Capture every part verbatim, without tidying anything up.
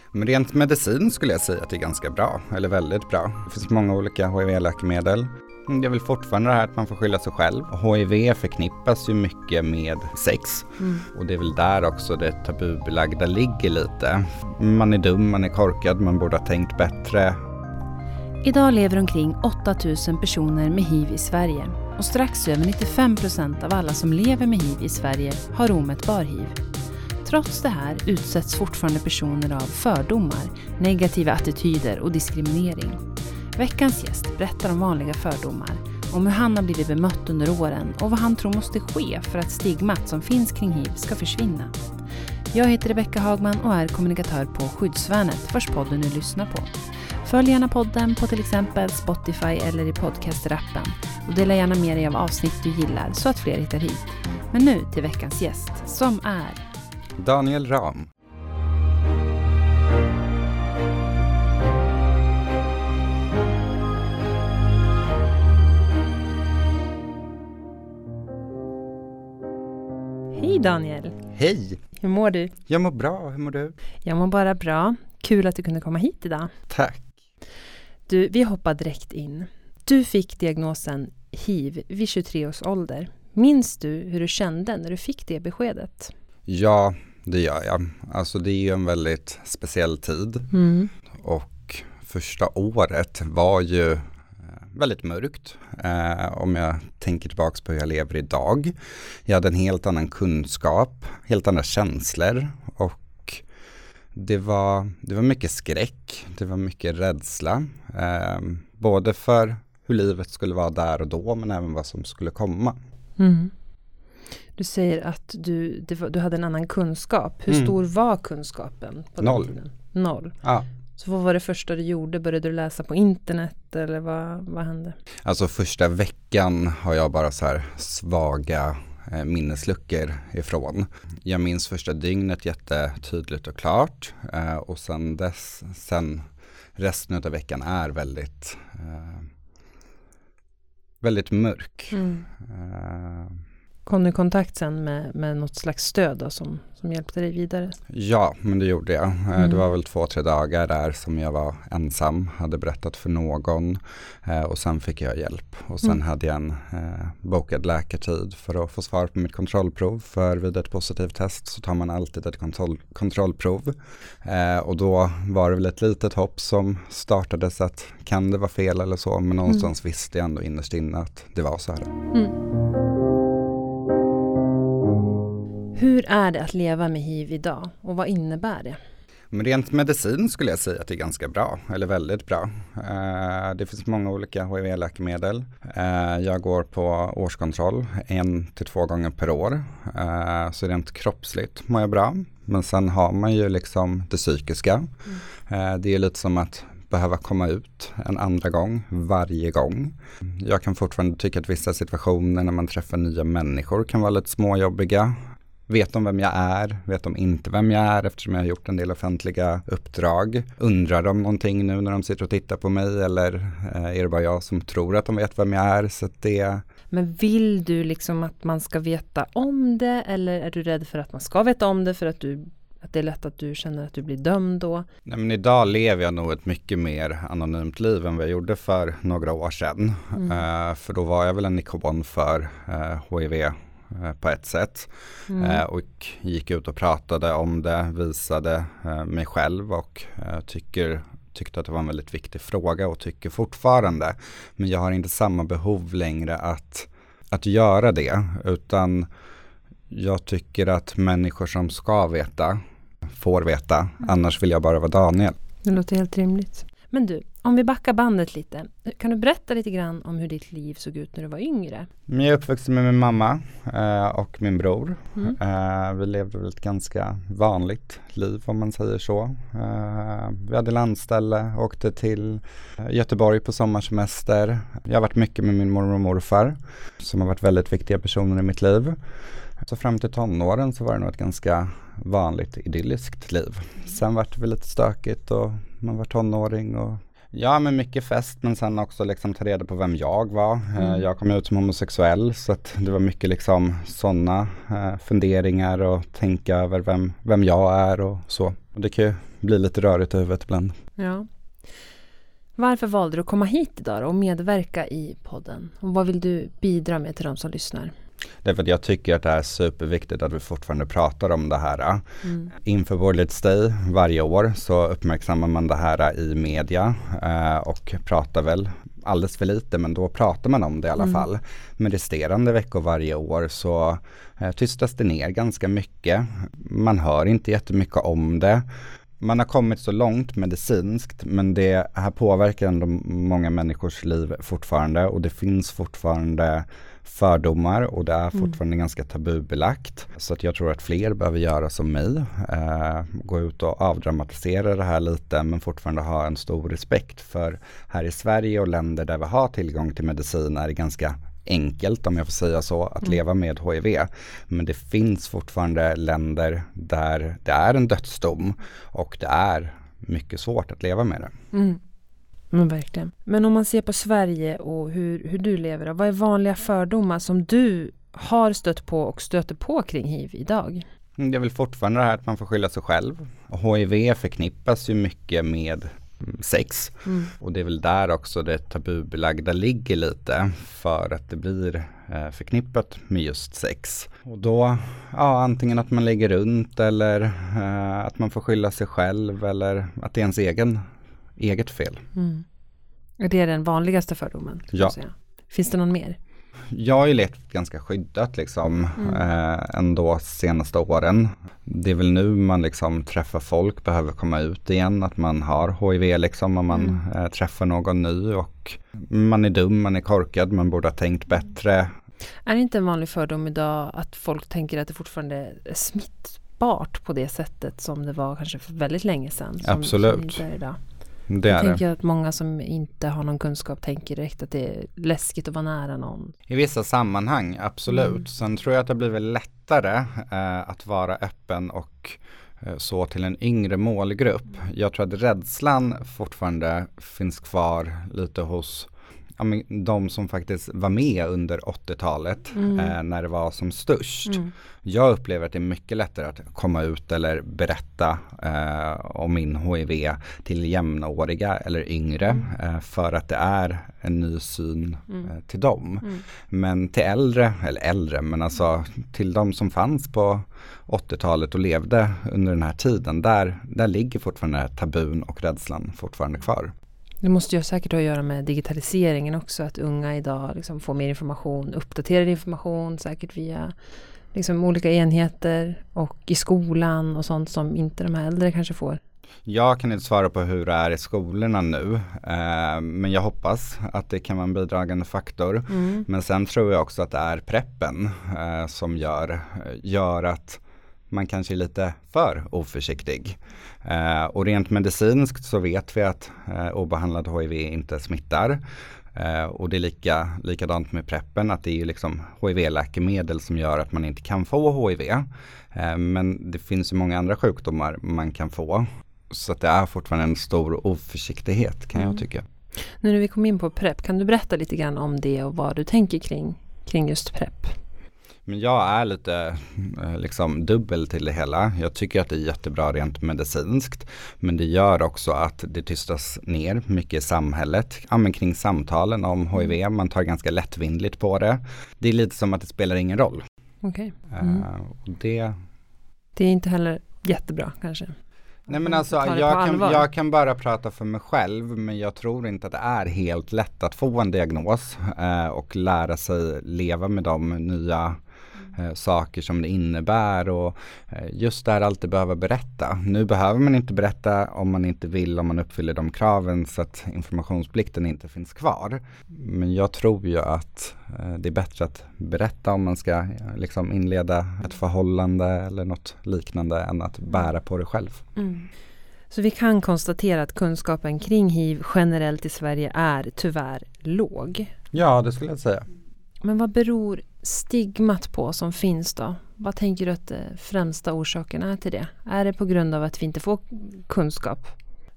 Men rent medicin skulle jag säga att det är ganska bra, eller väldigt bra. Det finns många olika H I V-läkemedel. Det är väl fortfarande det här att man får skylla sig själv. H I V förknippas ju mycket med sex. Mm. Och det är väl där också det tabubelagda ligger lite. Man är dum, man är korkad, man borde ha tänkt bättre. Idag lever omkring åtta tusen personer med H I V i Sverige. Och strax över nittiofem procent av alla som lever med H I V i Sverige har omätbar H I V. Trots det här utsätts fortfarande personer av fördomar, negativa attityder och diskriminering. Veckans gäst berättar om vanliga fördomar, om hur han har blivit bemött under åren och vad han tror måste ske för att stigmat som finns kring H I V ska försvinna. Jag heter Rebecka Hagman och är kommunikatör på Skyddsvärnet, vars podden nu lyssnar på. Följ gärna podden på till exempel Spotify eller i podcaster-appen och dela gärna med dig av avsnitt du gillar så att fler hittar hit. Men nu till veckans gäst, som är Daniel Ram. Hej Daniel! Hej! Hur mår du? Jag mår bra, hur mår du? Jag mår bara bra. Kul att du kunde komma hit idag. Tack! Du, vi hoppar direkt in. Du fick diagnosen H I V vid tjugotre års ålder. Minns du hur du kände när du fick det beskedet? Ja, det gör jag. Alltså det är ju en väldigt speciell tid. Mm. Och första året var ju väldigt mörkt. Eh, om jag tänker tillbaka på hur jag lever idag. Jag hade en helt annan kunskap, helt andra känslor. Och det var, det var mycket skräck, det var mycket rädsla. Eh, både för hur livet skulle vara där och då, men även vad som skulle komma. Mm. Du säger att du, var, du hade en annan kunskap. Hur mm. stor var kunskapen? På Noll. Den tiden? Noll. Ja. Så vad var det första du gjorde? Började du läsa på internet eller vad, vad hände? Alltså första veckan har jag bara så här svaga eh, minnesluckor ifrån. Jag minns första dygnet jättetydligt och klart. Eh, och sen dess, sen resten av veckan är väldigt, eh, väldigt mörk. Mm. Eh, Kom du i kontakt sen med, med något slags stöd då, som, som hjälpte dig vidare? Ja, men det gjorde jag. Mm. Det var väl två, tre dagar där som jag var ensam, hade berättat för någon eh, och sen fick jag hjälp. Och sen mm. hade jag en eh, bokad läkartid för att få svar på mitt kontrollprov. För vid ett positivt test så tar man alltid ett kontroll, kontrollprov. Eh, och då var det väl ett litet hopp som startades att kan det vara fel eller så. Men någonstans mm. visste jag ändå innerst inne att det var så här. Mm. Hur är det att leva med H I V idag och vad innebär det? Men rent medicin skulle jag säga att det är ganska bra, eller väldigt bra. Eh, det finns många olika H I V-läkemedel. Eh, jag går på årskontroll en till två gånger per år. Eh, så rent kroppsligt mår jag bra. Men sen har man ju liksom det psykiska. Mm. Eh, det är lite som att behöva komma ut en andra gång varje gång. Jag kan fortfarande tycka att vissa situationer när man träffar nya människor kan vara lite småjobbiga. Vet de vem jag är? Vet de inte vem jag är eftersom jag har gjort en del offentliga uppdrag? Undrar de någonting nu när de sitter och tittar på mig? Eller eh, är det bara jag som tror att de vet vem jag är? Så att det... Men vill du liksom att man ska veta om det? Eller är du rädd för att man ska veta om det för att, du, att det är lätt att du känner att du blir dömd då? Nej, men idag lever jag nog ett mycket mer anonymt liv än vad jag gjorde för några år sedan. Mm. Uh, för då var jag väl en ikon för uh, H I V på ett sätt mm. eh, och gick ut och pratade om det, visade eh, mig själv och eh, tycker, tyckte att det var en väldigt viktig fråga och tycker fortfarande. Men jag har inte samma behov längre att, att göra det, utan jag tycker att människor som ska veta får veta, mm. annars vill jag bara vara Daniel. Det låter helt rimligt. Men du, om vi backar bandet lite, kan du berätta lite grann om hur ditt liv såg ut när du var yngre? Jag är uppvuxen med min mamma eh, och min bror. Mm. Eh, vi levde väl ett ganska vanligt liv om man säger så. Eh, vi hade landställe, åkte till Göteborg på sommarsemester. Jag har varit mycket med min mormor och morfar som har varit väldigt viktiga personer i mitt liv. Så fram till tonåren så var det nog ett ganska vanligt idylliskt liv. Sen var det väl lite stökigt och man var tonåring och ja, men mycket fest, men sen också liksom ta reda på vem jag var. Mm. Jag kom ut som homosexuell så att det var mycket liksom sådana eh, funderingar och tänka över vem, vem jag är och så. Och det kan ju blir lite rörigt i huvudet ibland. Ja. Varför valde du att komma hit idag och medverka i podden? Och vad vill du bidra med till de som lyssnar? Därför att jag tycker att det är superviktigt att vi fortfarande pratar om det här. Mm. Inför World AIDS Day varje år så uppmärksammar man det här i media eh, och pratar väl alldeles för lite, men då pratar man om det i alla mm. fall. Men resterande veckor varje år så eh, tystas det ner ganska mycket. Man hör inte jättemycket om det. Man har kommit så långt medicinskt, men det här påverkar ändå många människors liv fortfarande, och det finns fortfarande fördomar och det är fortfarande mm. ganska tabubelagt. Så att jag tror att fler behöver göra som mig. Eh, gå ut och avdramatisera det här lite, men fortfarande ha en stor respekt. För här i Sverige och länder där vi har tillgång till medicin är det ganska enkelt, om jag får säga så, att mm. leva med H I V. Men det finns fortfarande länder där det är en dödsdom och det är mycket svårt att leva med det. Mm. Men verkligen. Men om man ser på Sverige och hur, hur du lever, då, vad är vanliga fördomar som du har stött på och stöter på kring H I V idag? Det är väl fortfarande det här att man får skylla sig själv. H I V förknippas ju mycket med sex. Mm. Och det är väl där också det tabubelagda ligger lite, för att det blir eh, förknippat med just sex. Och då, ja, antingen att man lägger runt eller eh, att man får skylla sig själv eller att det är ens egen, eget fel. Mm. Det är den vanligaste fördomen. Ja. Finns det någon mer? Jag har ju levt ganska skyddat liksom mm. eh, ändå senaste åren. Det är väl nu man liksom träffar folk, behöver komma ut igen, att man har H I V liksom, om man mm. eh, träffar någon ny, och man är dum, man är korkad, man borde ha tänkt bättre. Är det inte en vanlig fördom idag att folk tänker att det fortfarande är smittbart på det sättet som det var kanske för väldigt länge sedan? Som, Absolut. Som inte är idag? Det jag är tänker det. Att många som inte har någon kunskap tänker direkt att det är läskigt att vara nära någon. I vissa sammanhang, absolut. Mm. Sen tror jag att det blir väl lättare eh, att vara öppen och eh, så till en yngre målgrupp. Jag tror att rädslan fortfarande finns kvar lite hos ja, men de som faktiskt var med under åttiotalet mm. eh, när det var som störst. Mm. Jag upplever att det är mycket lättare att komma ut eller berätta eh, om min H I V till jämnåriga eller yngre mm. eh, för att det är en ny syn mm. eh, till dem. Mm. Men till äldre, eller äldre, men alltså till de som fanns på åttiotalet och levde under den här tiden, där, där ligger fortfarande tabun och rädslan fortfarande kvar. Det måste ju säkert ha att göra med digitaliseringen också, att unga idag liksom får mer information, uppdaterad information, säkert via liksom olika enheter och i skolan och sånt som inte de här äldre kanske får. Jag kan inte svara på hur det är i skolorna nu, eh, men jag hoppas att det kan vara en bidragande faktor. Mm. Men sen tror jag också att det är preppen eh, som gör, gör att man kanske är lite för oförsiktig. Eh, och rent medicinskt så vet vi att eh, obehandlad H I V inte smittar. Eh, och det är lika, likadant med preppen, att det är ju liksom H I V-läkemedel som gör att man inte kan få H I V. Eh, men det finns ju många andra sjukdomar man kan få. Så att det är fortfarande en stor oförsiktighet, kan mm. jag tycka. Nu när vi kom in på PrEP, kan du berätta lite grann om det och vad du tänker kring, kring just PrEP? Men jag är lite liksom dubbel till det hela. Jag tycker att det är jättebra rent medicinskt. Men det gör också att det tystas ner mycket i samhället. Ja, men kring samtalen om H I V. Man tar ganska lättvindligt på det. Det är lite som att det spelar ingen roll. Okej. Okay. Mm. Uh, det... det är inte heller jättebra kanske. Nej, men alltså jag kan, jag kan bara prata för mig själv, men jag tror inte att det är helt lätt att få en diagnos eh, och lära sig leva med de nya eh, saker som det innebär, och eh, just där alltid behöva berätta. Nu behöver man inte berätta om man inte vill, om man uppfyller de kraven så att informationsplikten inte finns kvar. Men jag tror ju att eh, det är bättre att berätta om man ska eh, liksom inleda ett förhållande eller något liknande än att bära på det själv. Mm. Så vi kan konstatera att kunskapen kring H I V generellt i Sverige är tyvärr låg. Ja, det skulle jag säga. Men vad beror stigmat på som finns då? Vad tänker du att främsta orsaken är till det? Är det på grund av att vi inte får kunskap?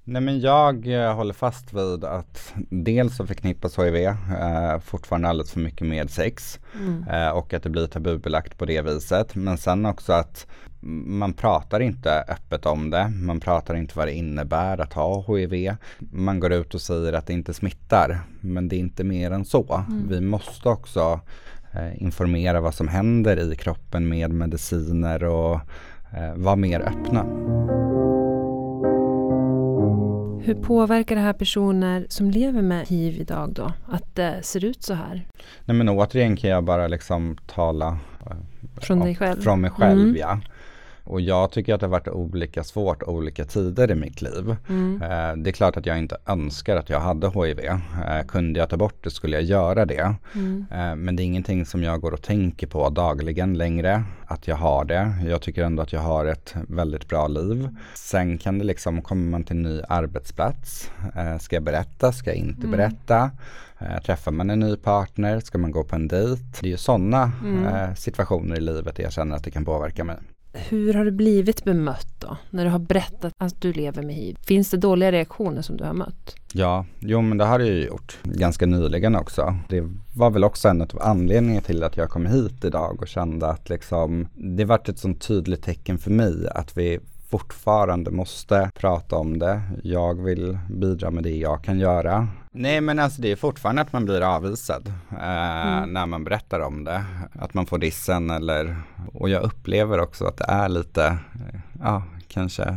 Nej, men jag eh, håller fast vid att dels så förknippas H I V eh, fortfarande alldeles för mycket med sex mm. eh, och att det blir tabubelagt på det viset. Men sen också att man pratar inte öppet om det. Man pratar inte vad det innebär att ha H I V. Man går ut och säger att det inte smittar. Men det är inte mer än så. Mm. Vi måste också eh, informera vad som händer i kroppen med mediciner och eh, vara mer öppna. Hur påverkar det här personer som lever med H I V idag då? Att det ser ut så här? Nej, men återigen kan jag bara liksom tala från dig själv. Från mig själv, mm. ja. Och jag tycker att det har varit olika svårt olika tider i mitt liv. Mm. Eh, det är klart att jag inte önskar att jag hade H I V. Eh, kunde jag ta bort det skulle jag göra det. Mm. Eh, men det är ingenting som jag går och tänker på dagligen längre. Att jag har det. Jag tycker ändå att jag har ett väldigt bra liv. Sen kan det liksom, kommer man till en ny arbetsplats. Eh, ska jag berätta? Ska jag inte mm. berätta? Eh, träffar man en ny partner? Ska man gå på en dejt? Det är ju sådana mm. eh, situationer i livet där jag känner att det kan påverka mig. Hur har du blivit bemött då? När du har berättat att du lever med H I V. Finns det dåliga reaktioner som du har mött? Ja, jo men det har jag ju gjort. Ganska nyligen också. Det var väl också en av anledningarna till att jag kom hit idag och kände att liksom, det varit ett sånt tydligt tecken för mig att vi fortfarande måste prata om det. Jag vill bidra med det jag kan göra. Nej, men alltså det är fortfarande att man blir avvisad eh, mm. när man berättar om det. Att man får dissen eller, och jag upplever också att det är lite, eh, ja kanske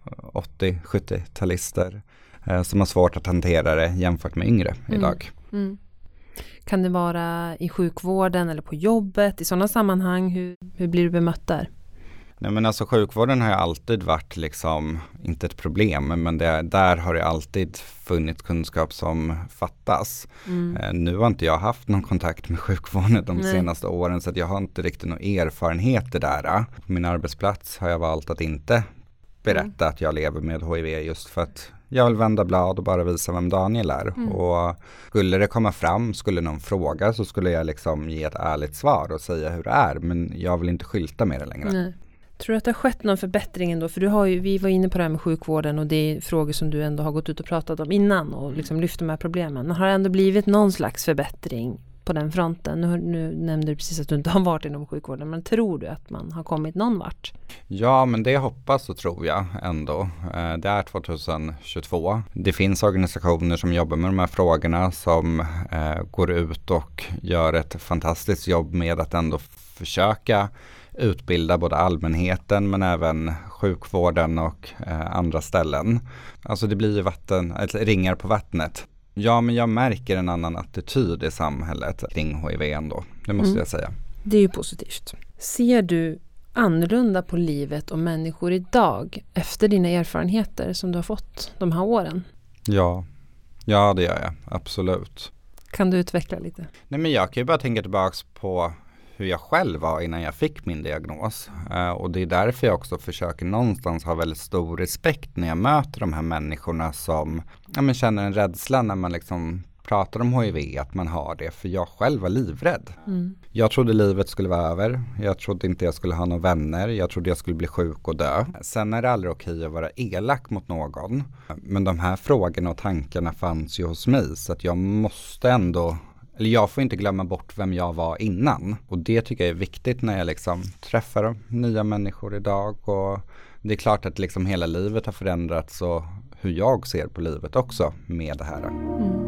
åttio-sjuttio-talister eh, som har svårt att hantera det jämfört med yngre mm. idag. Mm. Kan det vara i sjukvården eller på jobbet? I sådana sammanhang, hur, hur blir du bemött där? Nej, men alltså sjukvården har ju alltid varit liksom, inte ett problem, men det, där har det alltid funnits kunskap som fattas. Mm. Eh, nu har inte jag haft någon kontakt med sjukvården de Nej. senaste åren så att jag har inte riktigt någon erfarenhet där. På min arbetsplats har jag valt att inte berätta mm. att jag lever med H I V just för att jag vill vända blad och bara visa vem Daniel är. Mm. Och skulle det komma fram, skulle någon fråga så skulle jag liksom ge ett ärligt svar och säga hur det är. Men jag vill inte skylta med det längre. Nej. Tror du att det har skett någon förbättring ändå? För du har ju, vi var inne på det här med sjukvården och det är frågor som du ändå har gått ut och pratat om innan och liksom lyft de här problemen. Har det ändå blivit någon slags förbättring på den fronten? Nu, nu nämnde du precis att du inte har varit inom sjukvården, men tror du att man har kommit någon vart? Ja, men det hoppas och tror jag ändå. Det är tjugohundratjugotvå. Det finns organisationer som jobbar med de här frågorna som eh, går ut och gör ett fantastiskt jobb med att ändå försöka utbilda både allmänheten men även sjukvården och eh, andra ställen. Alltså det blir ju vatten, ett ringar på vattnet. Ja, men jag märker en annan attityd i samhället kring H I V ändå. Det måste mm. jag säga. Det är ju positivt. Ser du annorlunda på livet och människor idag efter dina erfarenheter som du har fått de här åren? Ja, ja det gör jag. Absolut. Kan du utveckla lite? Nej, men jag kan ju bara tänka tillbaka på hur jag själv var innan jag fick min diagnos. Uh, och det är därför jag också försöker någonstans ha väldigt stor respekt när jag möter de här människorna som ja, men känner en rädsla när man liksom pratar om H I V, att man har det. För jag själv var livrädd. Mm. Jag trodde livet skulle vara över. Jag trodde inte jag skulle ha några vänner. Jag trodde jag skulle bli sjuk och dö. Sen är det aldrig okej att vara elak mot någon. Men de här frågorna och tankarna fanns ju hos mig. Så att jag måste ändå... Eller jag får inte glömma bort vem jag var innan. Och det tycker jag är viktigt när jag liksom träffar nya människor idag. Och det är klart att liksom hela livet har förändrats och hur jag ser på livet också med det här. Mm.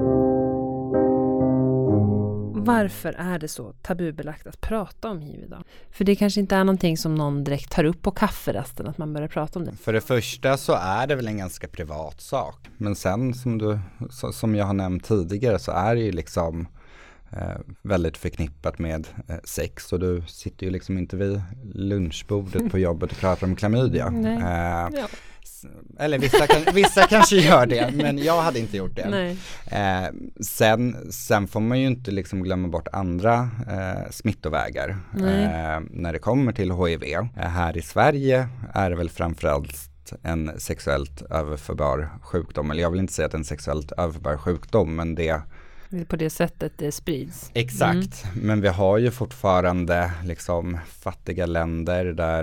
Varför är det så tabubelagt att prata om H I V idag? För det kanske inte är någonting som någon direkt tar upp på kafferasten att man börjar prata om det. För det första så är det väl en ganska privat sak. Men sen som, du, som jag har nämnt tidigare så är det ju liksom eh, väldigt förknippat med eh, sex. Och du sitter ju liksom inte vid lunchbordet på jobbet och pratar om klamydia. Nej. Eh, ja. Eller vissa, kan, vissa kanske gör det, men jag hade inte gjort det. Eh, sen, sen får man ju inte liksom glömma bort andra eh, smittovägar eh, när det kommer till H I V. Eh, här i Sverige är det väl framförallt en sexuellt överförbar sjukdom. Eller jag vill inte säga att det är en sexuellt överförbar sjukdom, men det på det sättet det sprids. Exakt, mm. men vi har ju fortfarande liksom fattiga länder där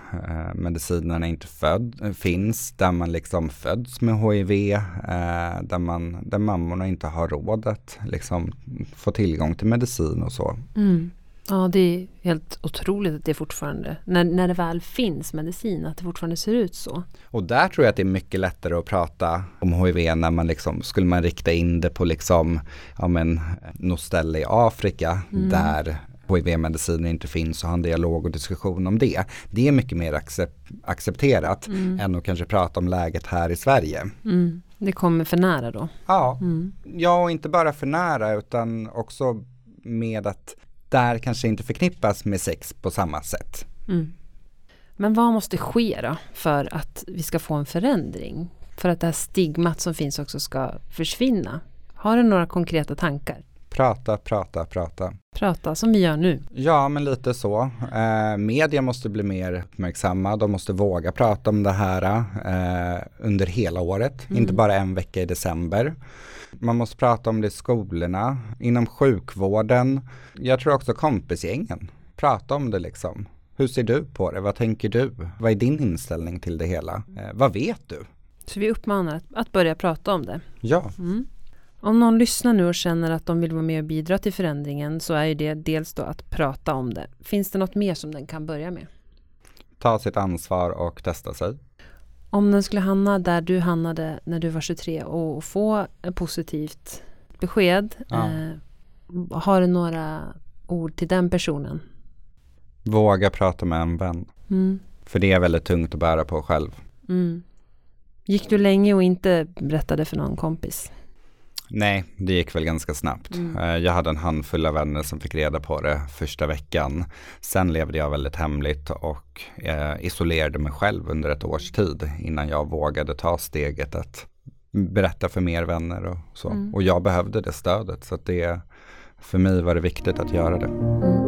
eh, medicinerna inte föd, finns, där man liksom föds med H I V, eh, där, man, där mammorna inte har råd att liksom få tillgång till medicin och så. Mm. Ja, det är helt otroligt att det fortfarande, när, när det väl finns medicin, att det fortfarande ser ut så. Och där tror jag att det är mycket lättare att prata om H I V när man liksom, skulle man rikta in det på liksom, ja men, något ställe i Afrika mm. där H I V-mediciner inte finns och ha en dialog och diskussion om det. Det är mycket mer accept- accepterat mm. än att kanske prata om läget här i Sverige. Mm. Det kommer för nära då? Ja, mm. ja, och inte bara för nära utan också med att där kanske inte förknippas med sex på samma sätt. Mm. Men vad måste ske då för att vi ska få en förändring? För att det här stigmat som finns också ska försvinna? Har du några konkreta tankar? Prata, prata, prata. Prata som vi gör nu. Ja, men lite så. Eh, media måste bli mer uppmärksamma. De måste våga prata om det här eh, under hela året. Mm. Inte bara en vecka i december. Man måste prata om det i skolorna, inom sjukvården. Jag tror också kompisgängen. Prata om det liksom. Hur ser du på det? Vad tänker du? Vad är din inställning till det hela? Eh, vad vet du? Så vi uppmanar att, att börja prata om det. Ja. Mm. Om någon lyssnar nu och känner att de vill vara med och bidra till förändringen så är ju det dels då att prata om det. Finns det något mer som den kan börja med? Ta sitt ansvar och testa sig. Om den skulle hamna där du hamnade när du var tjugotre och få ett positivt besked, ja. eh, har du några ord till den personen? Våga prata med en vän. Mm. För det är väldigt tungt att bära på själv. Mm. Gick du länge och inte berättade för någon kompis? Nej, det gick väl ganska snabbt. Mm. Jag hade en handfull av vänner som fick reda på det första veckan. Sen levde jag väldigt hemligt och eh, isolerade mig själv under ett års tid innan jag vågade ta steget att berätta för mer vänner och så. Mm. Och jag behövde det stödet så att det, för mig var det viktigt att göra det. Mm.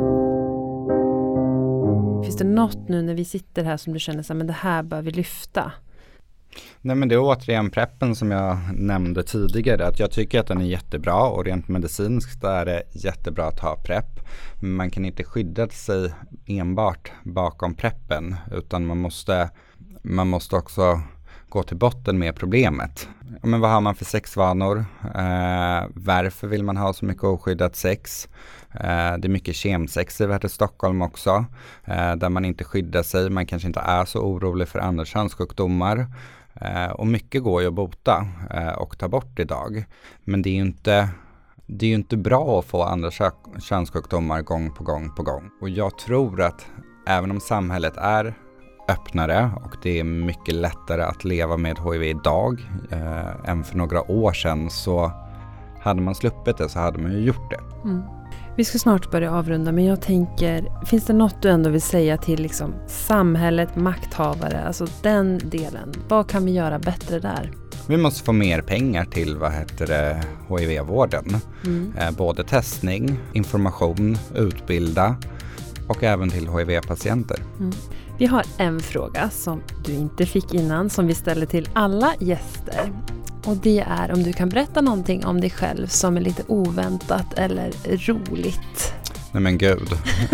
Finns det något nu när vi sitter här som du känner så här, men det här bör vi lyfta? Nej, men det är återigen preppen som jag nämnde tidigare, att jag tycker att den är jättebra och rent medicinskt är det jättebra att ha prepp, men man kan inte skydda sig enbart bakom preppen utan man måste, man måste också gå till botten med problemet. Men vad har man för sexvanor? Eh, varför vill man ha så mycket oskyddat sex? Eh, det är mycket kemsex i här i Stockholm också, eh, där man inte skyddar sig, man kanske inte är så orolig för andra könssjukdomar. Eh, och mycket går ju att bota eh, och ta bort idag. Men det är ju inte, det är ju inte bra att få andra kö- könssjukdomar gång på gång på gång. Och jag tror att även om samhället är öppnare och det är mycket lättare att leva med H I V idag eh, än för några år sedan, så hade man sluppit det så hade man ju gjort det. Mm. Vi ska snart börja avrunda, men jag tänker, finns det något du ändå vill säga till liksom samhället, makthavare, alltså den delen? Vad kan vi göra bättre där? Vi måste få mer pengar till vad heter det, H I V-vården. Mm. Eh, både testning, information, utbilda och även till H I V-patienter. Mm. Vi har en fråga som du inte fick innan som vi ställer till alla gäster. Och det är om du kan berätta någonting om dig själv som är lite oväntat eller roligt. Nej men gud.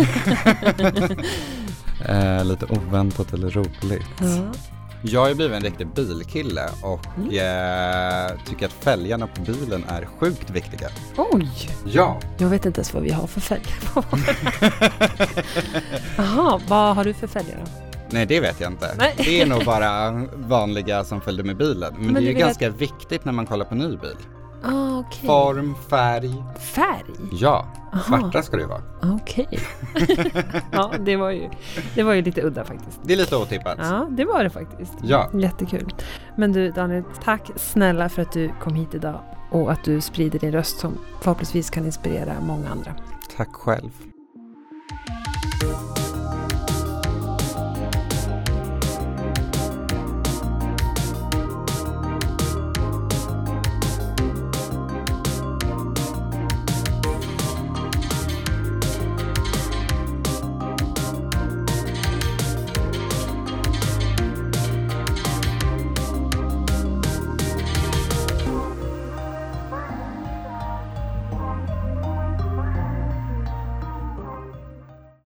eh, lite oväntat eller roligt. Ja. Jag har blivit en riktig bilkille och mm. jag tycker att fälgarna på bilen är sjukt viktiga. Oj! Ja. Jag vet inte ens vad vi har för fälgar på. Jaha, vad har du för fälgar då? Nej, det vet jag inte. Nej. Det är nog bara vanliga som följde med bilen. Men, Men det är ju ganska att... viktigt när man kollar på ny bil. Ah, okay. Form, färg. Färg? Ja, Aha. Svarta ska det vara. Okej. Okay. Ja, det var, ju, det var ju lite udda faktiskt. Det är lite otippat. Ja, det var det faktiskt. Ja. Jättekul. Men du Daniel, tack snälla för att du kom hit idag och att du sprider din röst som förhoppningsvis kan inspirera många andra. Tack själv.